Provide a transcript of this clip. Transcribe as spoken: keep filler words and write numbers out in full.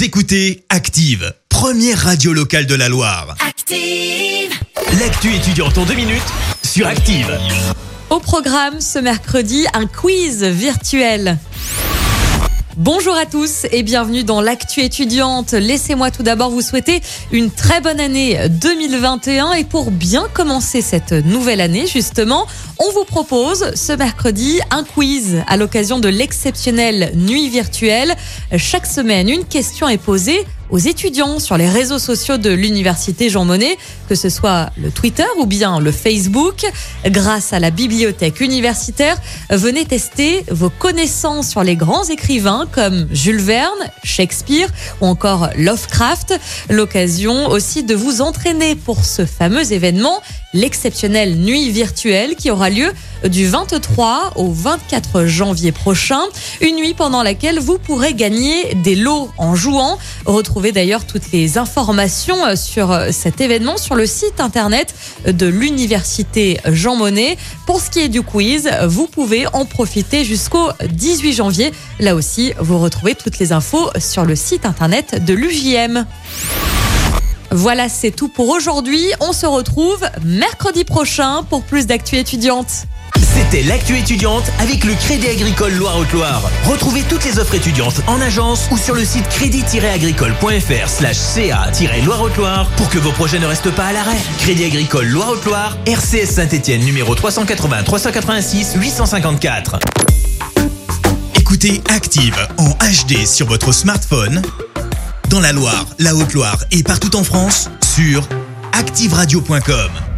Vous écoutez Active, première radio locale de la Loire. Active! L'actu étudiante en deux minutes sur Active. Au programme ce mercredi, un quiz virtuel. Bonjour à tous et bienvenue dans l'actu étudiante. Laissez-moi tout d'abord vous souhaiter une très bonne année deux mille vingt et un et pour bien commencer cette nouvelle année justement, on vous propose ce mercredi un quiz à l'occasion de l'exceptionnelle nuit virtuelle. Chaque semaine, une question est posée aux étudiants sur les réseaux sociaux de l'université Jean Monnet, que ce soit le Twitter ou bien le Facebook. Grâce à la bibliothèque universitaire, venez tester vos connaissances sur les grands écrivains comme Jules Verne, Shakespeare ou encore Lovecraft. L'occasion aussi de vous entraîner pour ce fameux événement, l'exceptionnelle nuit virtuelle qui aura lieu du vingt-trois au vingt-quatre janvier prochain. Une nuit pendant laquelle vous pourrez gagner des lots en jouant. Retrouvez d'ailleurs toutes les informations sur cet événement sur le site internet de l'université Jean Monnet. Pour ce qui est du quiz, vous pouvez en profiter jusqu'au dix-huit janvier. Là aussi, vous retrouvez toutes les infos sur le site internet de l'U J M. Voilà, c'est tout pour aujourd'hui. On se retrouve mercredi prochain pour plus d'actu étudiante. C'était l'actu étudiante avec le Crédit Agricole Loire-Haute-Loire. Retrouvez toutes les offres étudiantes en agence ou sur le site crédit-agricole.fr slash ca-loire-haute-loire pour que vos projets ne restent pas à l'arrêt. Crédit Agricole Loire-Haute-Loire, R C S Saint-Étienne numéro trois cent quatre-vingts trois cent quatre-vingt-six huit cent cinquante-quatre. Écoutez Active en H D sur votre smartphone, dans la Loire, la Haute-Loire et partout en France, sur active radio point com.